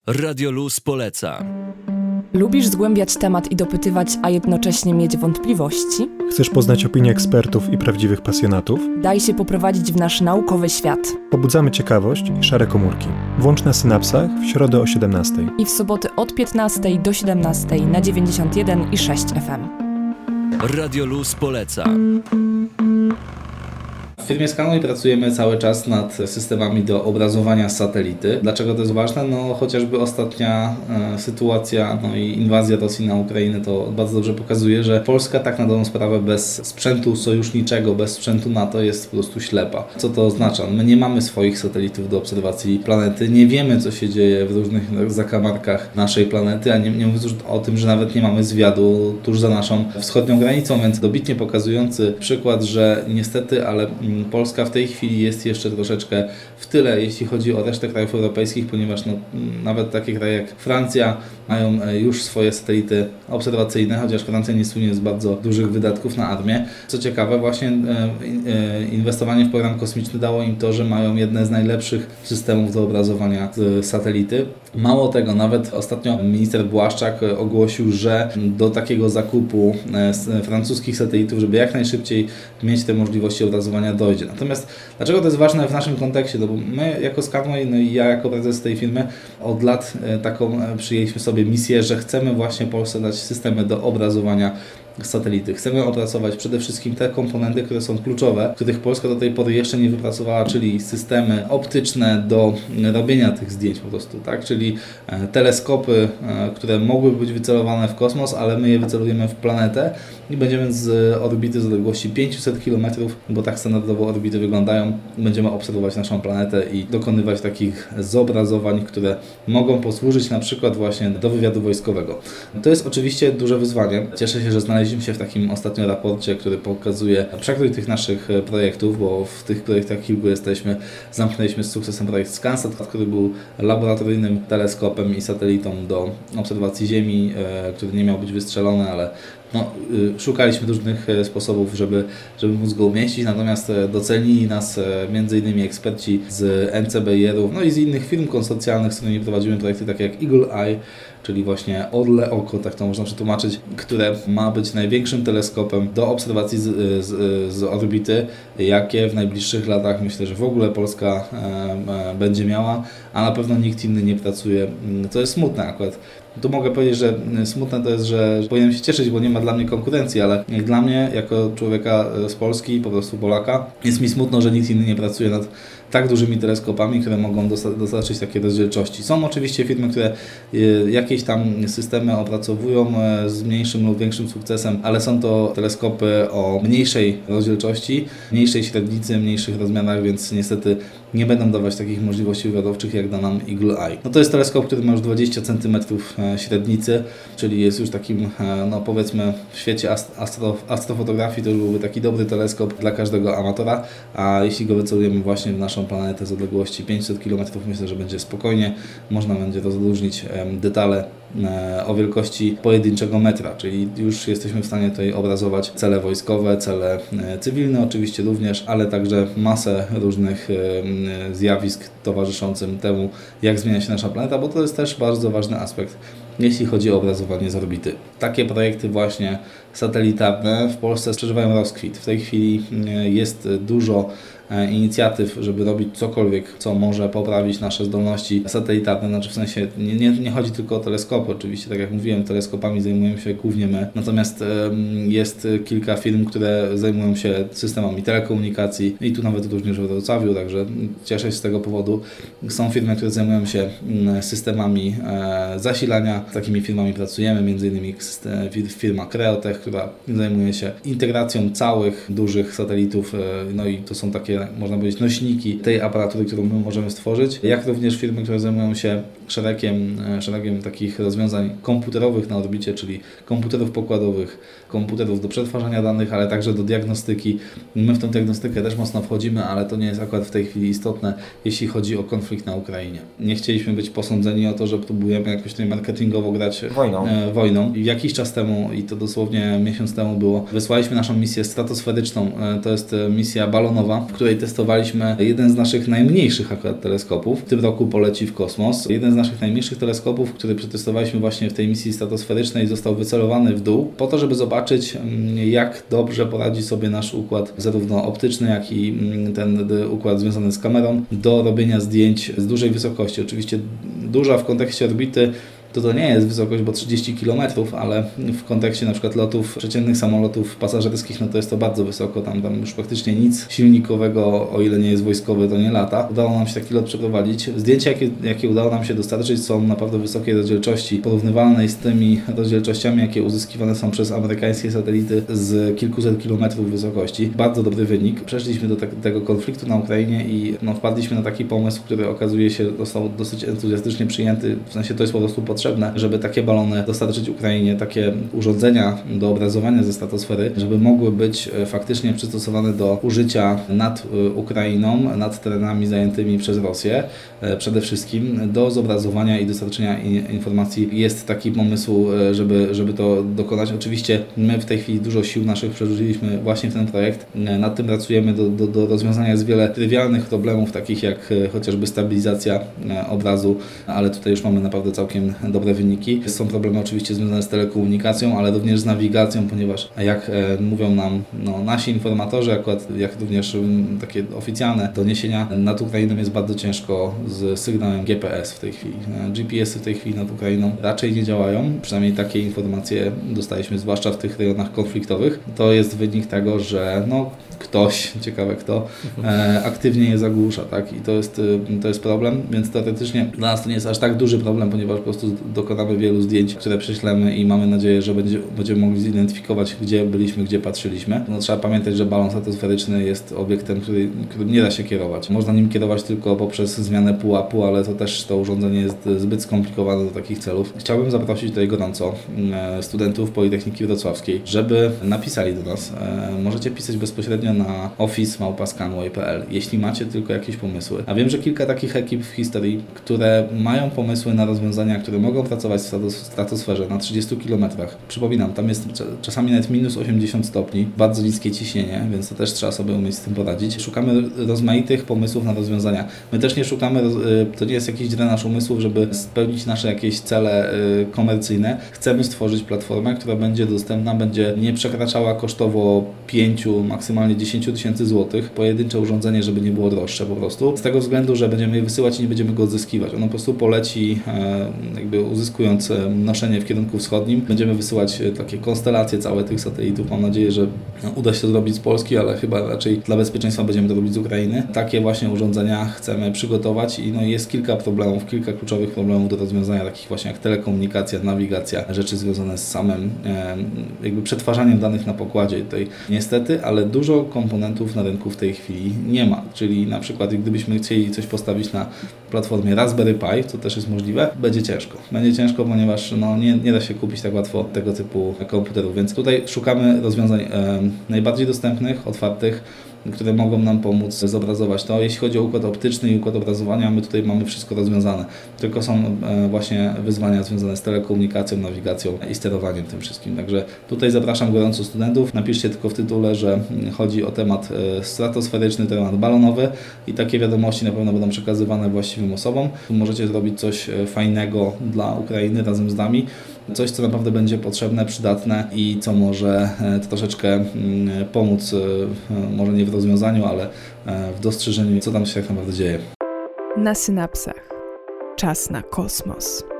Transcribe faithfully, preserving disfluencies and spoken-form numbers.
Radio Luz poleca. Lubisz zgłębiać temat i dopytywać, a jednocześnie mieć wątpliwości? Chcesz poznać opinie ekspertów i prawdziwych pasjonatów? Daj się poprowadzić w nasz naukowy świat. Pobudzamy ciekawość i szare komórki. Włącz na synapsach w środę o siedemnastej. I w soboty od piętnastej do siedemnastej na dziewięćdziesiąt jeden i sześć F M. Radio Luz poleca. W firmie Scanuj pracujemy cały czas nad systemami do obrazowania z satelity. Dlaczego to jest ważne? No chociażby ostatnia e, sytuacja, no i inwazja Rosji na Ukrainę to bardzo dobrze pokazuje, że Polska tak na dobrą sprawę bez sprzętu sojuszniczego, bez sprzętu NATO jest po prostu ślepa. Co to oznacza? My nie mamy swoich satelitów do obserwacji planety, nie wiemy co się dzieje w różnych zakamarkach naszej planety, a nie, nie mówiąc już o tym, że nawet nie mamy zwiadu tuż za naszą wschodnią granicą, więc dobitnie pokazujący przykład, że niestety, ale Polska w tej chwili jest jeszcze troszeczkę w tyle, jeśli chodzi o resztę krajów europejskich, ponieważ no, nawet takie kraje jak Francja mają już swoje satelity obserwacyjne, chociaż Francja nie słynie z bardzo dużych wydatków na armię. Co ciekawe, właśnie inwestowanie w program kosmiczny dało im to, że mają jedne z najlepszych systemów do obrazowania z satelity. Mało tego, nawet ostatnio minister Błaszczak ogłosił, że do takiego zakupu francuskich satelitów, żeby jak najszybciej mieć te możliwości obrazowania, dojdzie. Natomiast dlaczego to jest ważne w naszym kontekście? No bo my jako Scanuj, no i ja jako prezes tej firmy od lat taką przyjęliśmy sobie misję, że chcemy właśnie Polsce dać systemy do obrazowania satelity. Chcemy opracować przede wszystkim te komponenty, które są kluczowe, których Polska do tej pory jeszcze nie wypracowała, czyli systemy optyczne do robienia tych zdjęć po prostu, tak? Czyli e, teleskopy, e, które mogłyby być wycelowane w kosmos, ale my je wycelujemy w planetę i będziemy z orbity z odległości pięćset kilometrów, bo tak standardowo orbity wyglądają, będziemy obserwować naszą planetę i dokonywać takich zobrazowań, które mogą posłużyć na przykład właśnie do wywiadu wojskowego. To jest oczywiście duże wyzwanie. Cieszę się, że znaleźliśmy się w takim ostatnim raporcie, który pokazuje przekrój tych naszych projektów, bo w tych projektach kilku jesteśmy. Zamknęliśmy z sukcesem projekt ScanSat, który był laboratoryjnym teleskopem i satelitą do obserwacji Ziemi, który nie miał być wystrzelony, ale no, szukaliśmy różnych sposobów, żeby, żeby móc go umieścić, natomiast docenili nas między innymi eksperci z N C B I R-ów, no i z innych firm konsorcjalnych, z którymi prowadzimy projekty takie jak Eagle Eye, czyli właśnie Orle Oko, tak to można przetłumaczyć, które ma być największym teleskopem do obserwacji z, z, z orbity, jakie w najbliższych latach myślę, że w ogóle Polska e, e, będzie miała, a na pewno nikt inny nie pracuje, co jest smutne akurat. Tu mogę powiedzieć, że smutne to jest, że powinienem się cieszyć, bo nie ma dla mnie konkurencji, ale jak dla mnie, jako człowieka z Polski, po prostu Polaka, jest mi smutno, że nikt inny nie pracuje nad tak dużymi teleskopami, które mogą dostarczyć takie rozdzielczości. Są oczywiście firmy, które jakieś tam systemy opracowują z mniejszym lub większym sukcesem, ale są to teleskopy o mniejszej rozdzielczości, mniejszej średnicy, mniejszych rozmiarach, więc niestety nie będą dawać takich możliwości wywiadowczych, jak da nam Eagle Eye. No to jest teleskop, który ma już dwadzieścia centymetrów średnicy, czyli jest już takim, no powiedzmy, w świecie astro, astrofotografii to już byłby taki dobry teleskop dla każdego amatora, a jeśli go wycelujemy właśnie w naszą planetę z odległości pięćset kilometrów, myślę, że będzie spokojnie, można będzie rozróżnić detale o wielkości pojedynczego metra, czyli już jesteśmy w stanie tutaj obrazować cele wojskowe, cele cywilne oczywiście również, ale także masę różnych zjawisk towarzyszącym temu, jak zmienia się nasza planeta, bo to jest też bardzo ważny aspekt, jeśli chodzi o obrazowanie z orbity. Takie projekty właśnie satelitarne w Polsce przeżywają rozkwit. W tej chwili jest dużo inicjatyw, żeby robić cokolwiek, co może poprawić nasze zdolności satelitarne, znaczy w sensie nie, nie, nie chodzi tylko o teleskopy, oczywiście, tak jak mówiłem, teleskopami zajmujemy się głównie my, natomiast jest kilka firm, które zajmują się systemami telekomunikacji i tu nawet również w Wrocławiu, także cieszę się z tego powodu. Są firmy, które zajmują się systemami zasilania, z takimi firmami pracujemy, między innymi firma Creotech, która zajmuje się integracją całych dużych satelitów, no i to są takie, można powiedzieć, nośniki tej aparatury, którą my możemy stworzyć, jak również firmy, które zajmują się szeregiem, szeregiem takich rozwiązań komputerowych na orbicie, czyli komputerów pokładowych, komputerów do przetwarzania danych, ale także do diagnostyki. My w tę diagnostykę też mocno wchodzimy, ale to nie jest akurat w tej chwili istotne, jeśli chodzi o konflikt na Ukrainie. Nie chcieliśmy być posądzeni o to, że próbujemy jakoś tutaj marketingowo grać wojną. E, wojną. Jakiś czas temu, i to dosłownie miesiąc temu było, wysłaliśmy naszą misję stratosferyczną. E, to jest misja balonowa, w której testowaliśmy jeden z naszych najmniejszych akurat teleskopów. W tym roku poleci w kosmos. Jeden z naszych najmniejszych teleskopów, który przetestowaliśmy właśnie w tej misji stratosferycznej, został wycelowany w dół po to, żeby zobaczyć, jak dobrze poradzi sobie nasz układ zarówno optyczny, jak i ten układ związany z kamerą do robienia zdjęć z dużej wysokości. Oczywiście duża w kontekście orbity to to nie jest wysokość, bo trzydzieści kilometrów, ale w kontekście na przykład lotów, przeciętnych samolotów pasażerskich, no to jest to bardzo wysoko, tam, tam już praktycznie nic silnikowego, o ile nie jest wojskowy, to nie lata. Udało nam się taki lot przeprowadzić. Zdjęcia, jakie, jakie udało nam się dostarczyć, są naprawdę wysokiej rozdzielczości, porównywalnej z tymi rozdzielczościami, jakie uzyskiwane są przez amerykańskie satelity z kilkuset kilometrów wysokości. Bardzo dobry wynik. Przeszliśmy do te, tego konfliktu na Ukrainie i no, wpadliśmy na taki pomysł, który okazuje się został dosyć entuzjastycznie przyjęty, w sensie to jest po prostu potrzebne, żeby takie balony dostarczyć Ukrainie, takie urządzenia do obrazowania ze stratosfery, żeby mogły być faktycznie przystosowane do użycia nad Ukrainą, nad terenami zajętymi przez Rosję, przede wszystkim do zobrazowania i dostarczenia informacji. Jest taki pomysł, żeby, żeby to dokonać. Oczywiście my w tej chwili dużo sił naszych przerzuciliśmy właśnie w ten projekt. Nad tym pracujemy. Do, do, do rozwiązania jest wiele trywialnych problemów, takich jak chociażby stabilizacja obrazu, ale tutaj już mamy naprawdę całkiem dobre wyniki. Są problemy oczywiście związane z telekomunikacją, ale również z nawigacją, ponieważ jak e, mówią nam no, nasi informatorzy, akurat jak również m, takie oficjalne doniesienia, nad Ukrainą jest bardzo ciężko z sygnałem G P S w tej chwili. E, G P S y w tej chwili nad Ukrainą raczej nie działają, przynajmniej takie informacje dostaliśmy, zwłaszcza w tych rejonach konfliktowych. To jest wynik tego, że no, ktoś, ciekawe kto, e, aktywnie je zagłusza, tak? I to jest, to jest problem, więc teoretycznie dla nas to nie jest aż tak duży problem, ponieważ po prostu dokonamy wielu zdjęć, które prześlemy i mamy nadzieję, że będzie, będziemy mogli zidentyfikować, gdzie byliśmy, gdzie patrzyliśmy. No, trzeba pamiętać, że balon stratosferyczny jest obiektem, który, którym nie da się kierować. Można nim kierować tylko poprzez zmianę pułapu, ale to też to urządzenie jest zbyt skomplikowane do takich celów. Chciałbym zaprosić tutaj gorąco studentów Politechniki Wrocławskiej, żeby napisali do nas. Możecie pisać bezpośrednio na office małpa scanway kropka p l, jeśli macie tylko jakieś pomysły. A wiem, że kilka takich ekip w historii, które mają pomysły na rozwiązania, które mogą pracować w stratosferze na trzydziestu kilometrach. Przypominam, tam jest czasami nawet minus osiemdziesiąt stopni, bardzo niskie ciśnienie, więc to też trzeba sobie umieć z tym poradzić. Szukamy rozmaitych pomysłów na rozwiązania. My też nie szukamy, to nie jest jakiś drenaż umysłów, żeby spełnić nasze jakieś cele komercyjne. Chcemy stworzyć platformę, która będzie dostępna, będzie nie przekraczała kosztowo pięciu, maksymalnie dziesięciu tysięcy złotych. Pojedyncze urządzenie, żeby nie było droższe po prostu. Z tego względu, że będziemy je wysyłać i nie będziemy go odzyskiwać. Ono po prostu poleci, jakby uzyskując noszenie w kierunku wschodnim. Będziemy wysyłać takie konstelacje całe tych satelitów. Mam nadzieję, że uda się to zrobić z Polski, ale chyba raczej dla bezpieczeństwa będziemy to robić z Ukrainy. Takie właśnie urządzenia chcemy przygotować i no jest kilka problemów, kilka kluczowych problemów do rozwiązania, takich właśnie jak telekomunikacja, nawigacja, rzeczy związane z samym jakby przetwarzaniem danych na pokładzie. Tutaj niestety, ale dużo komponentów na rynku w tej chwili nie ma. Czyli na przykład gdybyśmy chcieli coś postawić na platformie Raspberry Pi, co też jest możliwe, będzie ciężko. Będzie ciężko, ponieważ no, nie, nie da się kupić tak łatwo tego typu komputerów, więc tutaj szukamy rozwiązań e, najbardziej dostępnych, otwartych, które mogą nam pomóc zobrazować to. Jeśli chodzi o układ optyczny i układ obrazowania, my tutaj mamy wszystko rozwiązane. Tylko są e, właśnie wyzwania związane z telekomunikacją, nawigacją i sterowaniem tym wszystkim. Także tutaj zapraszam gorąco studentów. Napiszcie tylko w tytule, że chodzi o temat e, stratosferyczny, temat balonowy i takie wiadomości na pewno będą przekazywane właściwym osobom. Możecie zrobić coś fajnego dla Ukrainy razem z nami. Coś, co naprawdę będzie potrzebne, przydatne i co może troszeczkę pomóc, może nie w rozwiązaniu, ale w dostrzeżeniu, co tam się tak naprawdę dzieje. Na synapsach. Czas na kosmos.